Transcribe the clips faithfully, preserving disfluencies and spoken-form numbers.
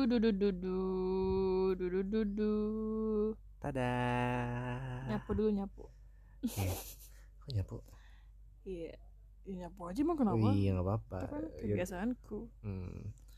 du du du du du du du du. Tada. Nyapu dulu nyapu. Eh, kok nyapu? Iya, ya, nyapu aja emang kenapa? Oh, iya nggak apa-apa. Itu kan kebiasaanku. Hmm.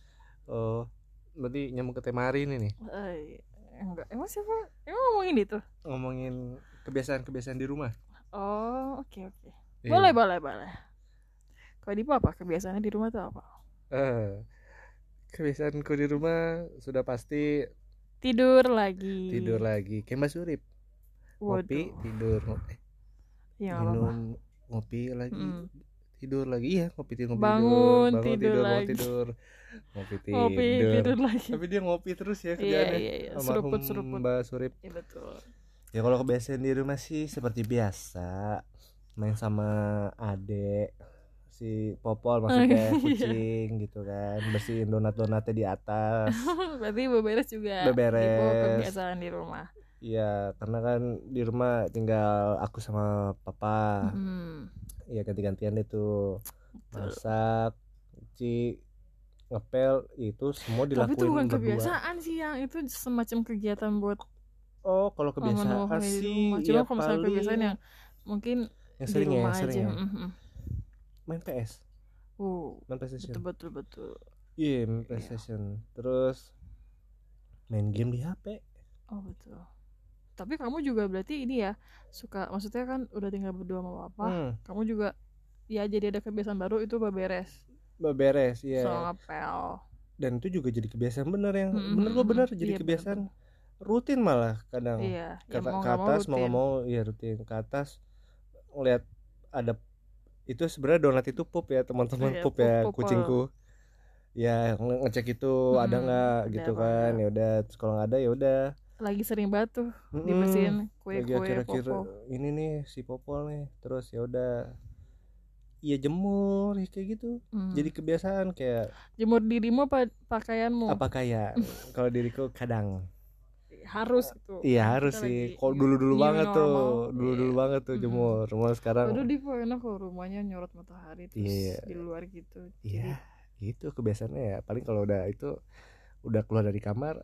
Oh, berarti nyambung ke tema hari ini nih. Eh, enggak, emang siapa? Emang ngomongin itu? Ngomongin kebiasaan-kebiasaan di rumah. Oh, oke okay, oke. Okay. Iya. Boleh boleh boleh. Kalau Dipo apa kebiasaannya di rumah tuh apa? Eh, kebiasaanku di rumah sudah pasti tidur lagi. Tidur lagi. Kayak Mbak Surip. Ngopi, Waduh. tidur, ngopi. Ya, minum, apa-apa. ngopi lagi, mm. tidur lagi. Iya, ngopi tidur, ngopi bangun, tidur, bangun tidur, tidur, lagi. bangun tidur, ngopi tidur. Ngopi, tidur lagi. Tapi dia ngopi terus ya Iya, kerjaannya. iya, iya. Almarhum Seruput, seruput. Mbak Surip. Iya betul. Ya kalau kebiasaan di rumah sih seperti biasa, main sama adek, si Popol maksudnya, kucing gitu kan, bersihin donat-donatnya di atas. Berarti beberes juga. Beberes. Dipo kebiasaan di rumah. Iya, karena kan di rumah tinggal aku sama papa. Iya, mm. ganti-gantian deh tuh. Masak, cuci, ngepel, itu semua dilakuin berdua. Tapi itu bukan berdua. Kebiasaan sih, yang itu semacam kegiatan buat. Oh, kalau kebiasaan sih cuma ya kalau misalnya kebiasaan yang mungkin yang sering di rumah ya, aja. Sering ya. Mm-hmm. Main P S. Oh, main PlayStation. Betul betul betul. Iya, yeah, main PlayStation. Yeah. Terus main game di H P. Oh, betul. Tapi kamu juga berarti ini ya, suka, maksudnya kan udah tinggal berdua sama papa, hmm. kamu juga ya jadi ada kebiasaan baru itu beberes. Beberes, iya. So ngepel. Dan itu juga jadi kebiasaan bener yang mm-hmm. bener kok bener jadi iya, kebiasaan bener, bener. Rutin malah kadang. Iya, ke, ya mau ke atas mau mau mau ya rutin ke atas ngeliat ada itu sebenarnya donat itu pup ya teman-teman, iya, pup, pup ya pup, kucingku. Ya ngecek itu hmm, ada nggak gitu kan. Ya udah, kalau nggak ada ya udah. Lagi sering batu hmm, dibersihin kue-kue kira-kira ini nih si Popol nih. Terus ya udah. Iya jemur kayak gitu. Hmm. Jadi kebiasaan kayak jemur dirimu apa pakaianmu? Apa kayak kalau diriku kadang harus gitu. Iya harus sih. Kalau dulu-dulu banget normal, tuh, dulu-dulu yeah. banget tuh jemur. Hmm. Rumah sekarang. Aduh di enak kalau rumahnya nyorot matahari terus yeah. di luar gitu. Iya. Yeah. Gitu kebiasaannya ya. Paling kalau udah itu udah keluar dari kamar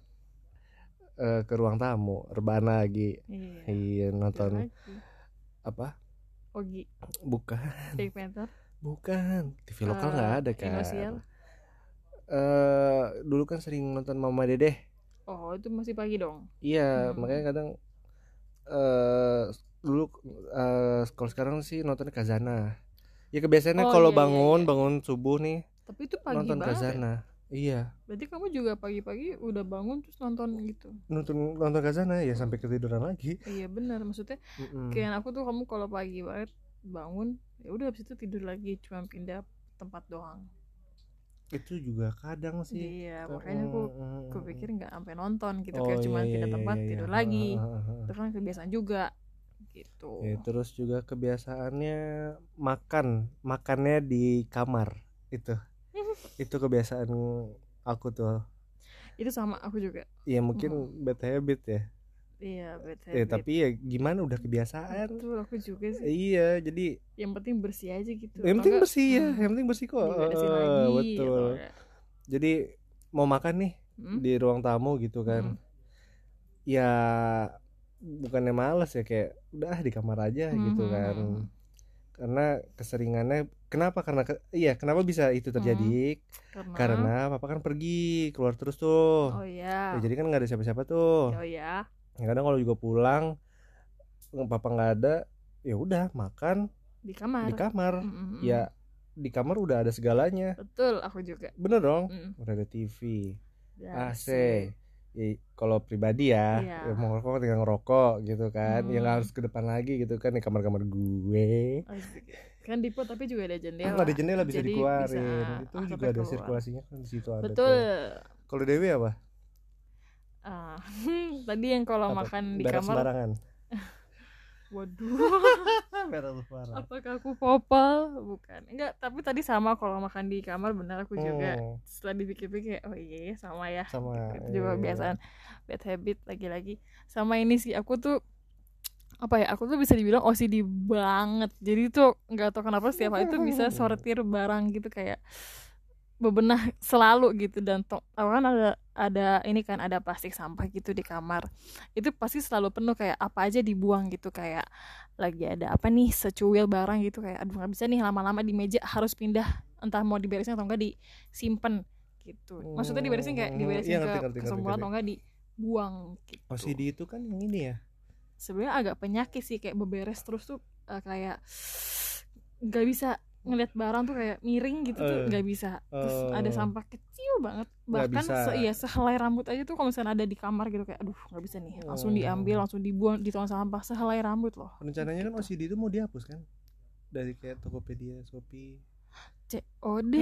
uh, ke ruang tamu, rebahan lagi. Iya, yeah. nonton apa? Ogi. Bukan. Big Panther. Bukan. T V lokal nggak uh, ada kan. Indosiar. Uh, dulu kan sering nonton Mama Dedeh. Oh itu masih pagi dong. Iya hmm. makanya kadang uh, dulu uh, kalau sekarang sih nontonnya Kazana. Ya kebiasaannya oh, kalau iya, bangun iya, iya. bangun subuh nih. Tapi itu pagi nonton banget. Kazana. Ya? Iya. Berarti kamu juga pagi-pagi udah bangun terus nonton gitu. Nonton nonton Kazana ya sampai ketiduran lagi. Iya benar, maksudnya mm-mm. kayak aku tuh kamu kalau pagi banget bangun ya udah habis itu tidur lagi cuma pindah tempat doang. Itu juga kadang sih. Iya, makanya aku aku pikir nggak sampai nonton gitu oh, kayak iya, cuma iya, pindah tempat iya, tidur iya. lagi. Ah, ah, ah. Itu kan kebiasaan juga gitu. Ya, terus juga kebiasaannya makan, makannya di kamar itu. Itu kebiasaan aku tuh. Itu sama aku juga. Iya mungkin hmm. bad habit ya. Iya bad habit. Ya, tapi ya gimana udah kebiasaan. Betul aku juga sih. Iya jadi. Yang penting bersih aja gitu. Yang penting enggak, bersih ya, hmm. yang penting bersih kok. Bersih uh, lagi. Betul. Ya. Jadi mau makan nih hmm? di ruang tamu gitu kan. Hmm. Ya bukannya males ya kayak udah di kamar aja hmm. gitu kan. Karena keseringannya kenapa karena ke, iya kenapa bisa itu terjadi hmm. karena, karena papa kan pergi keluar terus tuh. Oh iya. Ya, jadi kan nggak ada siapa-siapa tuh. Oh iya. Kadang kalau juga pulang papa nggak ada ya udah makan di kamar. Di kamar mm-hmm. ya di kamar udah ada segalanya. Betul aku juga. Bener dong. Mm. Udah ada T V, ya, A C. Ya, kalau pribadi ya, iya. ya mau ngerokok tinggal ngerokok gitu kan, hmm. yang harus ke depan lagi gitu kan di kamar-kamar gue. Oh, kan Dipo tapi juga ada jendela. Ah, ada jendela bisa jadi dikeluarin. Bisa itu juga ada keluar. Sirkulasinya kan di situ ada. Betul. Kalau Dewi apa? Ah, tadi yang kalau apa? Makan di Berak kamar. Sembarangan. Waduh. Apakah aku popol? Bukan. Enggak, tapi tadi sama kalau makan di kamar benar aku juga. Hmm. Setelah dipikir-pikir oh iya sama ya. Sama. Itu juga kebiasaan bad habit lagi-lagi. Sama ini sih aku tuh apa ya? Aku tuh bisa dibilang O C D banget. Jadi tuh enggak tahu kenapa setiap hari tuh bisa sortir barang gitu kayak bebenah selalu gitu, dan to- kan ada ada ini kan ada plastik sampah gitu di kamar, itu pasti selalu penuh, kayak apa aja dibuang gitu, kayak lagi ada apa nih secuil barang gitu, kayak aduh nggak bisa nih lama-lama di meja, harus pindah, entah mau diberesin atau enggak disimpan gitu. Maksudnya diberesin kayak diberesin Iya, ngerti, ke ngerti, ngerti, kesembuhan ngerti. atau enggak dibuang gitu. O C D itu kan yang ini ya, sebenarnya agak penyakit sih, kayak beberes terus tuh uh, kayak nggak bisa ngeliat barang tuh kayak miring gitu tuh, nggak uh, bisa. Terus uh, ada sampah kecil banget, bahkan se iya sehelai rambut aja tuh kalau misalnya ada di kamar gitu, kayak aduh nggak bisa nih, langsung diambil, langsung dibuang di tong sampah, sehelai rambut loh. Rencananya gitu. Kan O C D itu mau dihapus kan dari kayak Tokopedia, Shopee, C O D.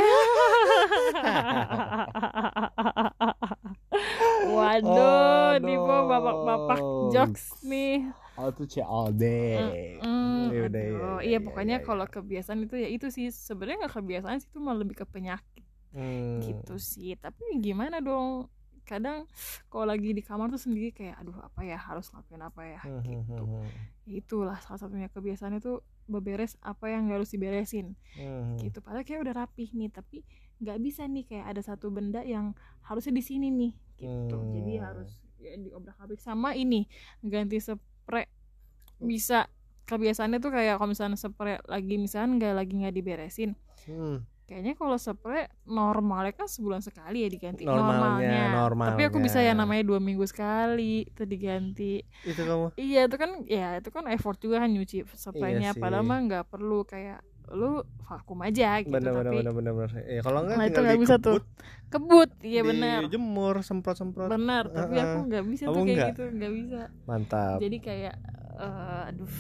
Waduh, di bawah bapak-bapak jokes nih. Oh tuh C O D. Mm, mm, ya udah, aduh, ya, iya ya, pokoknya ya, ya. Kalau kebiasaan itu ya itu sih sebenarnya nggak kebiasaan sih, itu malah lebih ke penyakit hmm. gitu sih. Tapi gimana dong, kadang kalau lagi di kamar tuh sendiri kayak aduh apa ya, harus lakuin apa ya hmm. gitu. Ya, itulah salah satunya kebiasaan itu beberes apa yang harus diberesin hmm. gitu. Padahal kayak udah rapih nih, tapi nggak bisa nih, kayak ada satu benda yang harusnya di sini nih gitu. Hmm. Jadi harus ya diobrak-abrik. Sama ini ganti spray, bisa kebiasaannya tuh kayak kalau misalnya spray lagi misalnya nggak lagi nggak diberesin, hmm. kayaknya kalau spray normalnya kan sebulan sekali ya diganti normalnya, normalnya. Tapi aku bisa ya namanya dua minggu sekali itu diganti. Itu kamu? Iya itu kan ya itu kan effort juga kan nyuci spraynya, iya padahal mah nggak perlu, kayak lu vakum aja gitu. Bener, tapi bener bener bener. Ya, kalau nggak nah, tinggal itu bisa tuh kebut, iya benar. Dijemur, semprot-semprot. Benar, tapi uh-uh. aku nggak bisa kamu tuh kayak enggak? Gitu, nggak bisa. Mantap. Jadi kayak uh, aduh.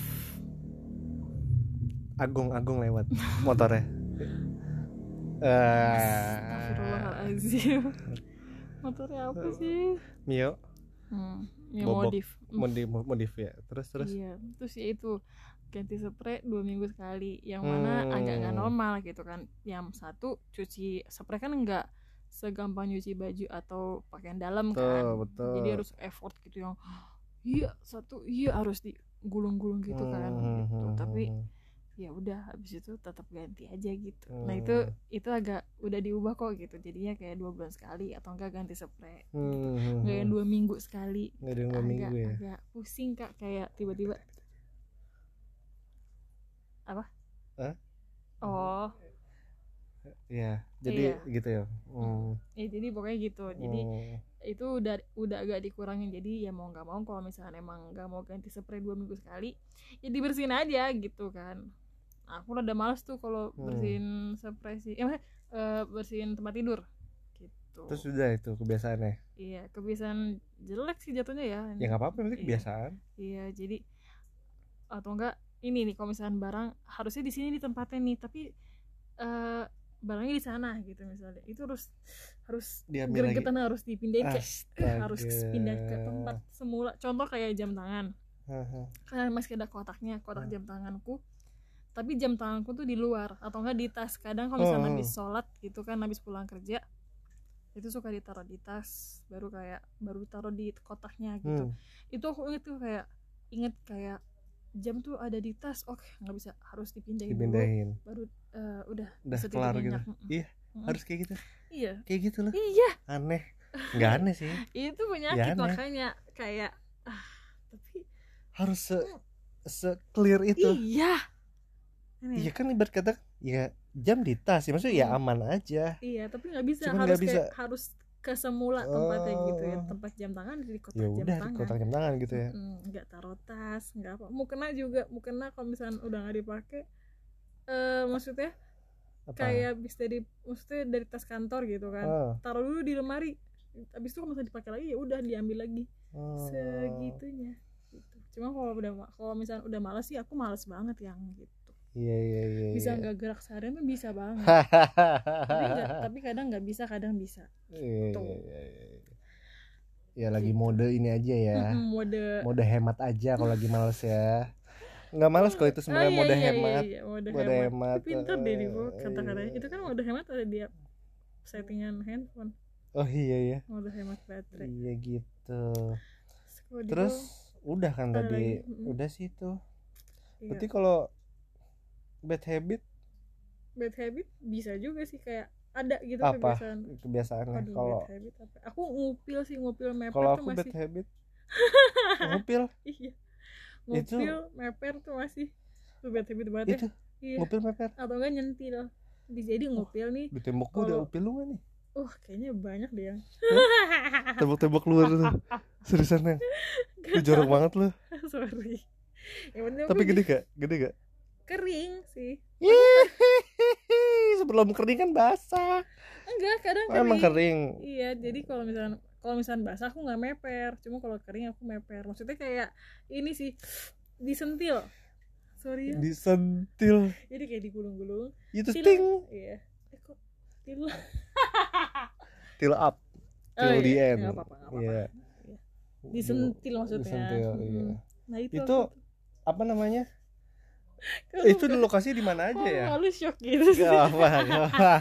Agung-agung lewat motornya. Astagfirullahaladzim. Motornya apa sih? Mio. Hmm, Mio modif. Modif modif ya. Terus terus. Iya, terus ya itu ganti spray dua minggu sekali, yang mana hmm. agak nggak normal gitu kan. Yang satu cuci spray kan nggak segampang nyuci baju atau pakaian dalam betul, kan. Betul. Jadi harus effort gitu yang iya satu iya harus digulung-gulung gitu kan. Hmm. Gitu. Tapi ya udah habis itu tetap ganti aja gitu. Hmm. Nah itu itu agak udah diubah kok gitu. Jadinya kayak dua bulan sekali atau enggak ganti spray. Hmm. Nggak yang dua minggu sekali. Nggak ada yang dua minggu ya. Agak pusing kak, kayak tiba-tiba. Apa? Hah? Oh. Ya, jadi iya. Gitu ya. Hmm. Ya jadi pokoknya gitu. Jadi hmm. itu udah udah agak dikurangin. Jadi ya mau nggak mau kalau misalnya emang nggak mau ganti spray dua minggu sekali, ya dibersihin aja gitu kan. Aku udah males tuh kalau bersihin hmm. spray sih. Eh, uh, bersihin tempat tidur. Gitu. Terus udah itu kebiasaannya. Iya, kebiasaan jelek sih jatuhnya ya. Ya nggak apa-apa, berarti kebiasaan. Iya, jadi atau enggak ini nih kalau misalnya barang harusnya di sini di tempatnya nih, tapi uh, barangnya di sana gitu misalnya, itu harus harus gregetan, harus dipindahin kayak harus pindah ke tempat semula. Contoh kayak jam tangan, uh-huh. kan masih ada kotaknya, kotak uh. jam tanganku, tapi jam tanganku tuh di luar atau enggak di tas. Kadang kalau misalnya uh. habis sholat gitu kan, habis pulang kerja itu suka ditaruh di tas, baru kayak baru taruh di kotaknya gitu. Hmm. Itu aku inget tuh kayak inget kayak jam tuh ada di tas, oke nggak bisa, harus dipindahin, dipindahin. Dulu baru uh, udah udah kelar gitu. Iya mm-hmm. harus kayak gitu. Iya kayak gitu loh. Iya aneh nggak aneh sih itu penyakit ya, makanya kayak ah, tapi harus se se clear itu. Iya aneh. Iya kan ibarat kata ya jam di tas ya, maksudnya hmm. ya aman aja. Iya tapi nggak bisa. Cuman harus gak bisa. Kayak harus ke semula tempatnya oh. gitu ya, tempat jam tangan di kotak ya jam udah, tangan. Di kotak jam tangan gitu ya. Nggak mm, taruh tas, nggak apa. Mukena juga, mukena kalau misalnya udah nggak dipakai, uh, maksudnya apa? Kayak bis dari, maksudnya dari tas kantor gitu kan, oh. taruh dulu di lemari. Abis itu kalau misalnya dipakai lagi ya udah diambil lagi. Oh. Segitunya. Gitu. Cuma kalau udah, kalau misalnya udah malas sih, aku malas banget yang gitu. Iya iya iya. Bisa nggak iya. gerak seharian tuh bisa banget. tapi gak, tapi kadang nggak bisa, kadang bisa. Iya, iya, iya, iya. Ya lagi mode ini aja ya. Mm-hmm, mode. Mode hemat aja kalau lagi males ya. Nggak males kalau itu sebenarnya oh, iya, mode iya, hemat. Iya, iya, mode, mode hemat. hemat. Pinter deh nih bu kata-katanya. Itu kan mode hemat ada di settingan handphone. Oh iya iya. Mode hemat baterai. Iya gitu. Terus udah kan tadi, lagi. Udah sih itu. Iya. Berarti kalau bad habit bad habit bisa juga sih, kayak ada gitu apa kebiasaan. kebiasaannya? Aduh, Kalau bad habit apa? Aku ngupil sih, ngupil meper kalau tuh aku masih. bad habit ngupil. Iya. Ngupil Itu meper tuh masih tuh bad habit banget itu ya. Iya. ngupil meper Atau enggak nyentil. Jadi ngupil nih. Di tembok gua Kalau- udah upil lu gak nih? Uh, kayaknya banyak deh yang. Tembok-tembok luar tuh. Seriusan Neng? Lu jorok banget lu. Sorry. Yang penting Tapi aku gede gak? Gede gak? kering sih. Yeay, sebelum kering kan basah. Enggak, kadang Oh, kering. emang kering. Iya, jadi kalau misalkan kalau misalkan basah aku nggak meper, cuma kalau kering aku meper. Maksudnya kayak ini sih disentil. Sorry ya. Disentil. Jadi kayak digulung-gulung. Itu Til- ting. Iya. Eh kok til? Till up. Till Oh, the iya. end. Nggak apa-apa, nggak apa-apa. Iya. Iya. Disentil maksudnya. Disentil, Hmm. iya. Nah, itu Itu aku- apa namanya? Kalau Itu di nggak- lokasi di mana aja kok ya? malu shock gitu sih. Gak apa, gak apa.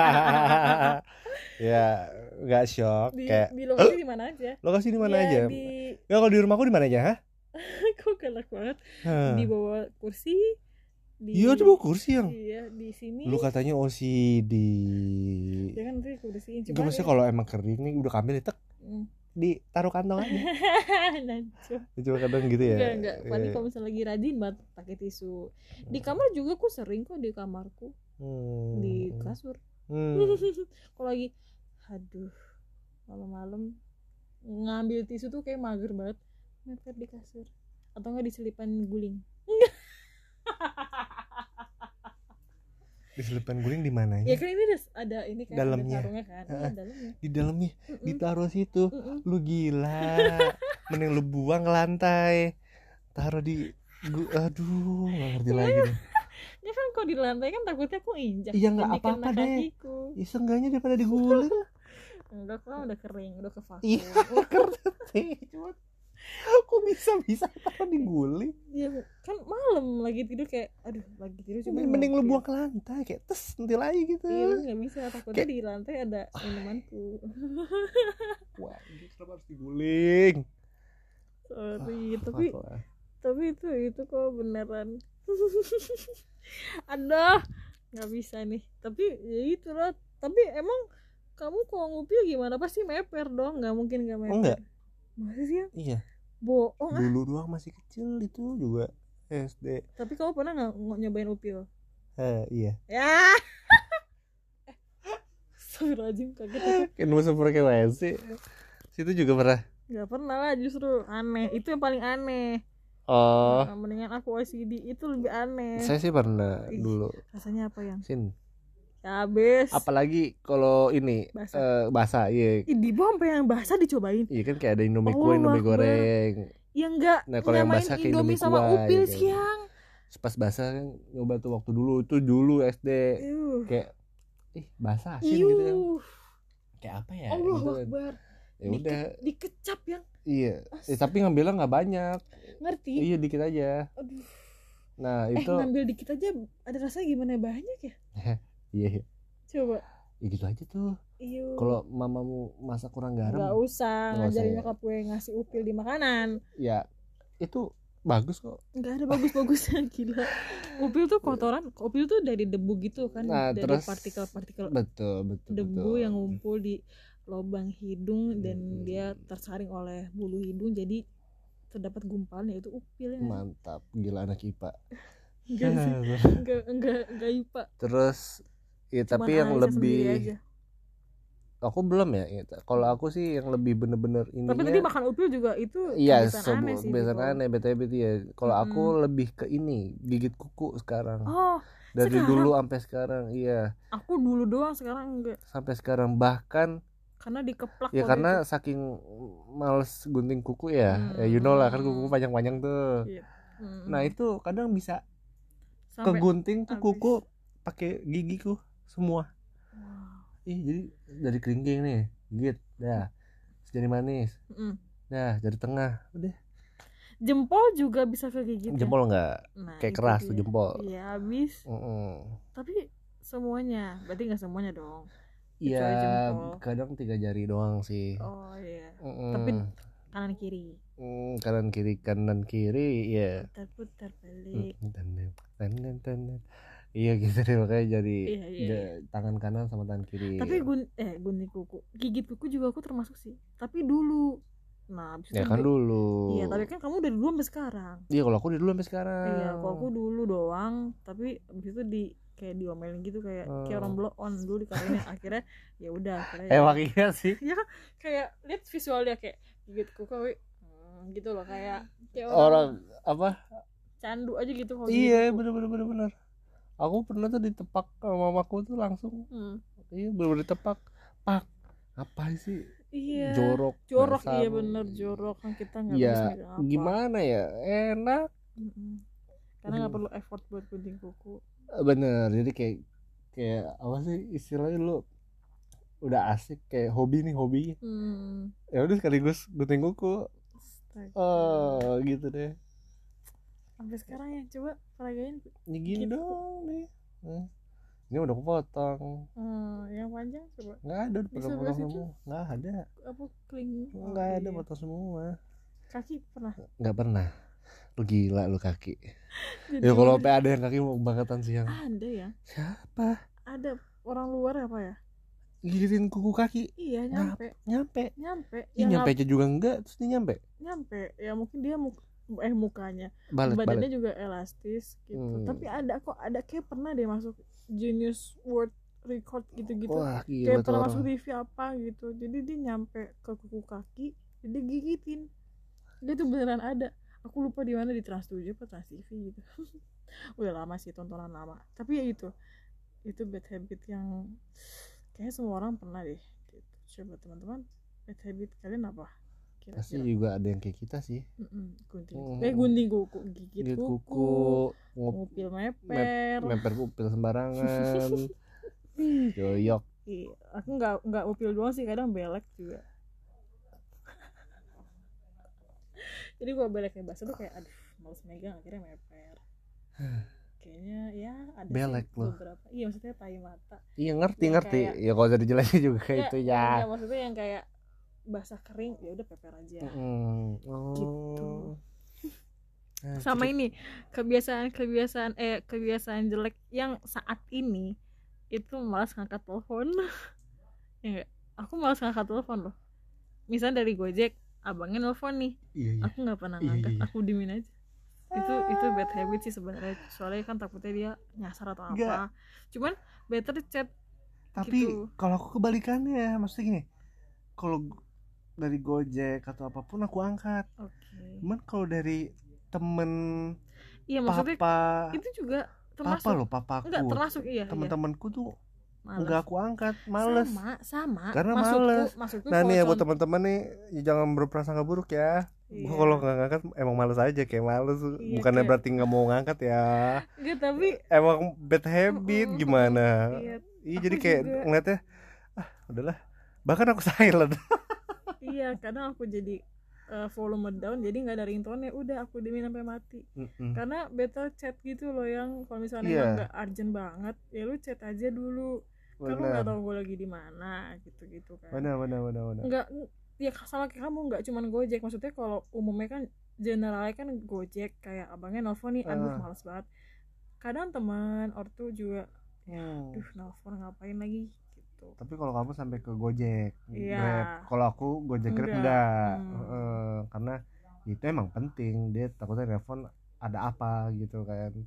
Ya, gak shock. Di, Kayak di lokasi di mana aja? lokasi di mana Ya, aja? Di Ya kalau di rumahku di mana aja, ha? kok galak banget. Hah. Di bawah kursi. Di Iya, coba kursi yang. Iya, di sini. Lu katanya O C D. Ya kan nanti aku bersihin. Gak maksudnya kalau emang kering nih udah kambil tek Hmm. ditaruh kantong aja. Naco. Coba kadang gitu ya. Enggak, enggak. Paling Iya. kalau misalnya lagi rajin banget pakai tisu. Di kamar juga aku sering kok, di kamarku, Hmm. di kasur. Hmm. Kalau lagi aduh, malam-malam ngambil tisu tuh kayak mager banget. Mepet di kasur. Atau enggak diselipan guling. Diselipan guling di mana Ya ya? kan ini ada, ada ini kan Dalamnya. ada sarungnya kan. Iya, Heeh. dalamnya. Di dalamnya Mm-mm. ditaruh situ. Mm-mm. Lu gila. Mending lu buang ke lantai. Taruh di gu- aduh, nggak ngerti lagi deh. Ya kan kalau di lantai kan takutnya aku injak. Iya, nggak dan dikena apa-apa deh. kakiku. Ya seenggaknya daripada diguling. Enggak, kan udah kering, udah ke vakum. Iya, keren sih. Cuma kok bisa bisa taruh diguling? Ya kan malam lagi tidur kayak aduh lagi tidur cuma Mending lu ngopi. buang ke lantai kayak tes nanti lagi gitu. Iya lu nggak bisa, takutnya Kayak- di lantai ada minumanku. Wah, ini kenapa harus diguling? Sorry, Ah, tapi fuck lah. tapi itu itu kok beneran. Aduh, nggak bisa nih. Tapi ya itu loh. Tapi emang kamu kalau ngupil gimana? Pasti meper dong, nggak mungkin nggak meper. Oh, enggak. Masa sih ya? Iya, Bohong ah. dulu doang masih kecil itu juga S D. Tapi kamu pernah nggak ng- nyobain upil? Eh, iya. Ya. Astagfirullahaladzim, kaget aku. Kan masa pakai W C. Situ juga pernah. Gak pernah lah, justru aneh. Itu yang paling aneh. Oh, Nah, mendingan aku O C D itu lebih aneh. saya sih pernah Ih. dulu. Rasanya apa yang? Sin. Ya habis. Apalagi kalau ini Basah. eh, basah, iya. Ih, di bawah sampai yang basah dicobain. Iya kan kayak ada Indomie Allah kue, Indomie Akbar. goreng. Ya enggak Nah, kalau yang nyamain basah kayak Indomie Indomie sama kuah, upil gitu. siang. Pas basah kan nyoba tuh waktu dulu itu dulu S D. Iuh. Kayak ih basah asin gitu kan. Iuh. Kayak apa ya? Allah gitu kan. Akbar. Ya udah. Dike- dikecap yang Iya. Eh, tapi ngambilnya nggak banyak. ngerti. Iya dikit aja. Aduh. Nah Eh itu ngambil dikit aja ada rasanya gimana banyak ya? iya. iya. Coba. Ya gitu aja tuh. Iyo. Kalau mamamu masak kurang garam, Nggak usah Nggak ngajarin usah, ya. nyokap gue ngasih upil di makanan. ya itu bagus kok. Nggak ada bagus-bagusnya, gila. Upil tuh kotoran, upil tuh dari debu gitu kan, Nah, dari terus- partikel-partikel Betul betul. debu betul. yang ngumpul di lubang hidung dan Hmm. dia tersaring oleh bulu hidung, jadi terdapat gumpalan, yaitu upil ya. Mantap, gila anak I P A. Enggak sih, enggak enggak enggak I P A. Terus ya Cuman tapi yang Aisyah sendiri lebih aja. aku belum ya, ya. Kalau aku sih yang lebih bener-bener ininya. Tapi tadi makan upil juga itu Iya, kebiasaan aneh sih. kebiasaan Diko. aneh, B T W ya. Kalau Mm-mm. aku lebih ke ini, gigit kuku sekarang. Oh, Dari sekarang? dulu sampai sekarang, iya. aku dulu doang, sekarang enggak. Sampai sekarang bahkan Karena dikeplak. ya waktu karena itu. saking males gunting kuku ya. Hmm. Ya you know lah kan kuku panjang-panjang tuh. Iya. Mm-mm. Nah, itu kadang bisa Sampai- kegunting tuh habis. kuku pakai gigiku semua. Wow. Ih, jadi dari keringking nih, gigit, dah. Terus jari manis, Mm-mm. dah, jari tengah, udah. Jempol juga bisa kegigit. ya? Jempol enggak Nah, kayak itu keras dia. tuh jempol. Iya, habis. Mm-mm. Tapi semuanya, berarti nggak semuanya dong. Kecuali Iya, jempol. kadang tiga jari doang sih. Oh iya. Mm-mm. Tapi kanan kiri. Mm, kanan kiri kanan kiri, ya. Putar-putar balik. Mm, dan dan dan dan dan. Iya gitu deh, makanya jadi iya, iya, ja, tangan kanan sama tangan kiri. Tapi gun eh gunting kuku, gigit kuku juga aku termasuk sih. Tapi dulu. Nah, abis ya itu kan du- dulu. Iya, tapi kan kamu dari dulu sampai sekarang. Iya, kalau aku dari dulu sampai sekarang. Iya, kalau aku dulu doang, tapi abis itu di kayak diomelin gitu kayak Hmm. kayak orang blow on dulu dikatain. Akhirnya ya udah akhirnya. Emang iya sih. Ya kayak lihat visualnya kayak gigit kuku we, hmm, gitu loh kayak kayak Orang, orang apa? candu aja gitu kalau Iya, gigit kuku. bener bener bener bener. Aku pernah tuh ditepak sama mamaku tuh langsung. Hmm. Iya, bener-bener ditepak. Pak, ngapain sih? Iya. Jorok. Jorok dasar. iya bener jorok kan kita nggak Ya, bisa megang apa. gimana ya? Enak. Mm-mm. Karena nggak perlu effort buat gunting kuku. Bener, jadi kayak kayak apa sih istilahnya, lu udah asik kayak hobi nih hobi. Hmm. Ya udah sekaligus gunting kuku. Astaga. Oh, gitu deh. Sampai sekarang ya coba peragain. Ini gini Gitu. dong nih. Hmm. Ini udah kepotong. Hmm, yang panjang coba. Nggak ada, udah Di potong sebelah situ? semua. Nggak ada. Apa kling? Oh, Nggak ada, iya. potong semua. Kaki pernah. Nggak pernah. Lu gila lu kaki. Jadi Ya kalau udah- sampai ada yang kaki mau bangetan siang. ada ya. Siapa? Ada orang luar apa ya? Gigitin kuku kaki. Iya nyampe. Nyampe. Nyampe. Ih, Ya, nyampe ngap- aja juga enggak, terus dia nyampe. nyampe. Ya mungkin dia muk eh mukanya. Balet, Badannya balet. juga elastis gitu. Hmm. Tapi ada kok ada kayak pernah deh masuk Genius World Record gitu-gitu. Wah, gila Kayak tuh pernah orang. masuk T V apa gitu. Jadi dia nyampe ke kuku kaki, jadi gigitin. Dia tuh beneran ada. Aku lupa di mana, di Trans tujuh apa Trans T V gitu. Udah lama sih, tontonan lama. Tapi ya itu. Itu bad habit yang kayaknya semua orang pernah deh gitu. Coba teman-teman, bad habit kalian apa? Pasti Kira-kira. juga ada yang kayak kita sih. Mm-mm, gunting. Hmm. Eh gunting kuku, gigit Gigit kuku, kuku, ngup, ngupil meper. meper upil sembarangan. Ih, Joyok. Iya, aku nggak nggak upil doang sih, kadang belek juga. Jadi gua beleknya basah tuh kayak aduh males megang, akhirnya meper. Kayaknya ya ada Belek sih loh. beberapa. Iya maksudnya tai mata. Iya ngerti Yang ngerti. kayak- Ya kalau udah dijelasin juga kayak itu ya. Ya maksudnya yang kayak basah kering ya udah peper aja. Mm. Oh. Gitu. Nah, Sama jadi- ini kebiasaan-kebiasaan eh kebiasaan jelek yang saat ini itu malas ngangkat telepon. Ya enggak? Aku malas ngangkat telepon loh. Misalnya dari Gojek, abangnya nelfon nih. Iya, iya. Aku nggak pernah Iya, ngangkat, iya. aku diemin aja. Itu itu bad habit sih sebenarnya. Soalnya kan takutnya dia nyasar atau apa. Enggak. Cuman better chat. Tapi gitu. kalau aku kebalikannya, maksudnya gini. Kalau dari Gojek atau apapun aku angkat. Oke. Cuman kalau dari temen Iya maksudnya papa, itu juga papa termasuk. loh, papaku. Enggak termasuk iya. iya. Teman-temanku tuh Males. enggak aku angkat, males. Sama, sama. Karena maksudku, males. Maksudku Nah kalau nih ya buat contoh- teman-teman nih, ya jangan berprasangka buruk ya. Iya. Gua kalau nggak ngangkat emang males aja, kayak males. Iya, Bukannya kayak- berarti nggak mau ngangkat ya. Enggak, tapi Emang bad habit Mm-mm, gimana? iya, Iya aku jadi kayak juga. ngeliatnya, ah udahlah. Bahkan aku silent. iya, kadang aku jadi uh, volume down, jadi nggak ada ringtone, udah aku diemin sampai mati. Mm-mm. Karena better chat gitu loh, yang kalau misalnya Iya. emang nggak urgent banget, ya lu chat aja dulu. Kan lu nggak Benar, tahu gue lagi di mana, gitu-gitu kan. benar, benar, benar, benar. Nggak, ya sama kayak kamu, nggak cuman Gojek. Maksudnya kalau umumnya kan generalnya kan Gojek, kayak abangnya nelfon nih, aduh Ah. males banget. Kadang teman ortu juga, Hmm. aduh nelfon ngapain lagi gitu. Tapi kalau kamu sampai ke Gojek, Iya. Grab. Kalau aku Gojek Grab Enggak. enggak. Hmm. Heeh, karena itu emang penting. Dia takutnya telepon ada apa gitu kan.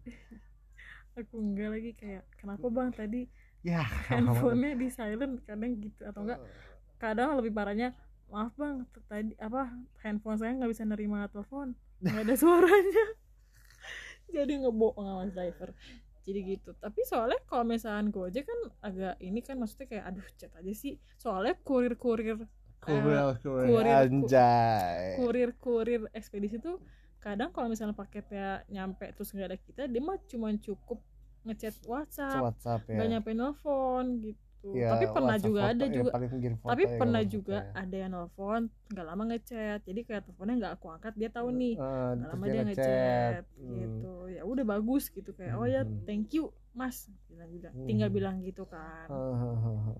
Aku enggak lagi, kayak kenapa bang tadi Ya, handphonenya di silent, kadang gitu. Atau enggak, kadang lebih parahnya, maaf bang t- tadi apa handphone saya nggak bisa nerima telepon, nggak ada suaranya. Jadi ngebohong sama driver, jadi gitu. Tapi soalnya kalau misalkan Gojek kan agak ini kan, maksudnya kayak aduh chat aja sih, soalnya kurir kurir Kurir, kurir, kurir- anjay. kurir kurir ekspedisi tuh kadang kalau misalnya paketnya nyampe terus nggak ada kita, dia mah cuma cukup ngechat WhatsApp, WhatsApp ya. nggak nyampe nelfon gitu. Ya, Tapi pernah WhatsApp juga foto, ada ya, juga paling kirim foto tapi ya, pernah WhatsApp juga ya. ada yang nelfon nggak lama ngechat, jadi kayak teleponnya nggak aku angkat, dia tahu nih Eh, nggak terus lama dia dia ngechat. ngechat Hmm. gitu. Ya udah bagus gitu, kayak oh ya Hmm. thank you mas, bilang bilang Hmm. tinggal bilang gitu kan. Hahaha.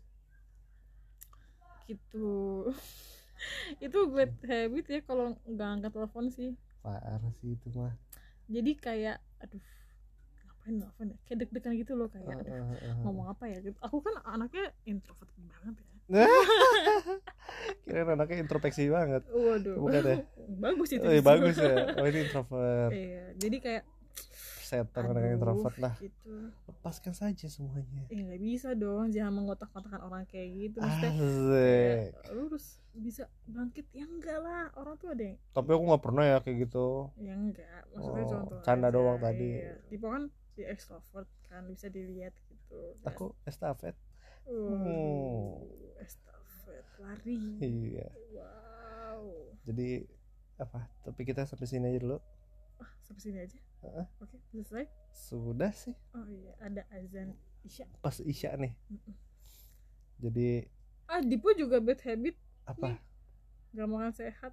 Gitu. Itu bad habit ya kalau nggak angkat telepon sih. Parah sih itu mah. Jadi kayak aduh ngapain ngapain ya, kayak deg-degan gitu loh, kayak uh, uh, uh, ngomong apa ya gitu. Aku kan anaknya introvert banget ya. Kirain anaknya introspeksi banget. Waduh. Bukan ya? Bagus itu. Oh, iya, bagus ya. Oh, ini introvert. Iya, jadi kayak setan orang introvert lah gitu. Lepaskan saja semuanya. Eh nggak bisa dong, jangan mengotak-kotakan orang kayak gitu. Maksudnya kayak, lu harus bisa bangkit. Ya enggak lah, orang tuh ada yang. Tapi aku nggak pernah ya kayak gitu. Ya enggak, maksudnya oh, contoh canda aja. Doang tadi. Iya. Tipe kan di extrovert kan, bisa dilihat gitu kan. Aku estafet. Oh, hmm. Estafet lari. Iya. Wow. Jadi apa? Tapi kita sampai sini aja dulu. Ah, sampai sini aja. Uh-uh. Oke, selesai. Sudah sih. Oh iya, ada azan isya. Pas isya nih. Mm-mm. Jadi. Ah, Dipo juga bad habit. Apa? Nih. Gak makan sehat.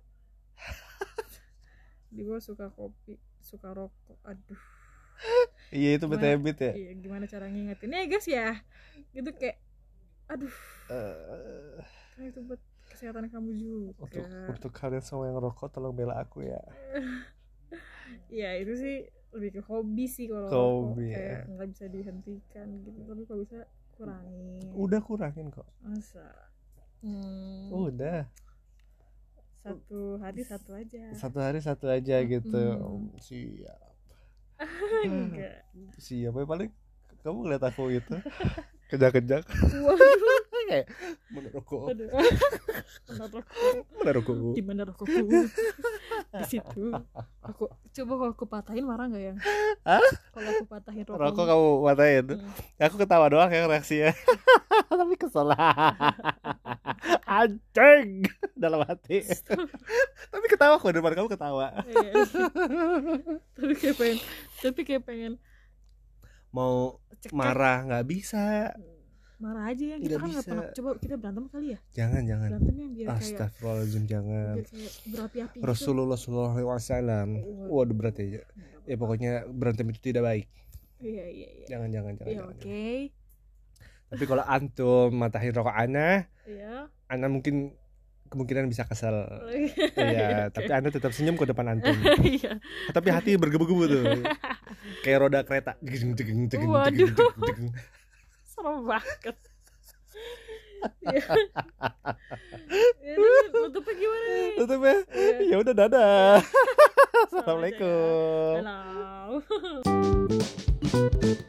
Dipo suka kopi, suka rokok. Aduh. Iya itu bad habit ya. Iya, gimana cara ngingetinnya ya guys ya? Gitu kayak, aduh. Uh, kan itu buat kesehatan kamu juga. Untuk untuk kalian semua yang rokok, tolong bela aku ya. Ya itu sih lebih ke hobi sih kalau hobi rokok, ya. Kayak nggak bisa dihentikan gitu, tapi kalau bisa kurangin. Udah kurangin kok. Masa? Hmm, Udah. Satu hari satu aja. Satu hari satu aja gitu. Hmm. Siap. Enggak. Siap ya, paling kamu ngeliat aku gitu. Kejak-kejak. Waduh. Kayak mana rokok? Mana rokok? Mana rokok? Di mana rokokku? Di situ. Aku coba kalau aku patahin marah nggak ya? Hah? Kalau aku patahin rokok. Rokok kamu patahin? Hmm. Aku ketawa doang ya reaksinya. Tapi kesel. Anjing dalam hati. Tapi ketawa kok, depan kamu ketawa. Tapi kayak pengen, tapi kayak pengen mau cekak. Marah nggak bisa. Marah aja ya, kita kan nggak pernah. Coba kita berantem kali ya. Jangan jangan. Berantemnya biar Astagfirullahaladzim, kayak jangan. biar kayak berapi-api. Rasulullah Sallallahu Alaihi Wasallam. Waduh berat aja. Ya pokoknya berantem itu tidak baik. Iya iya iya. Jangan jangan jangan. Iya oke. Okay. Tapi kalau antum matahin rokok ana, iya. Ana mungkin kemungkinan bisa kesel. Oh, iya, okay. Tapi Anda tetap senyum ke depan antum. Iya. Tapi hati bergebu-gebu tuh. Kayak roda kereta. Waduh. Serem banget. Ya. Ya, tutupnya gimana nih? Tutupnya? Ya udah, dadah. Assalamualaikum. Halo.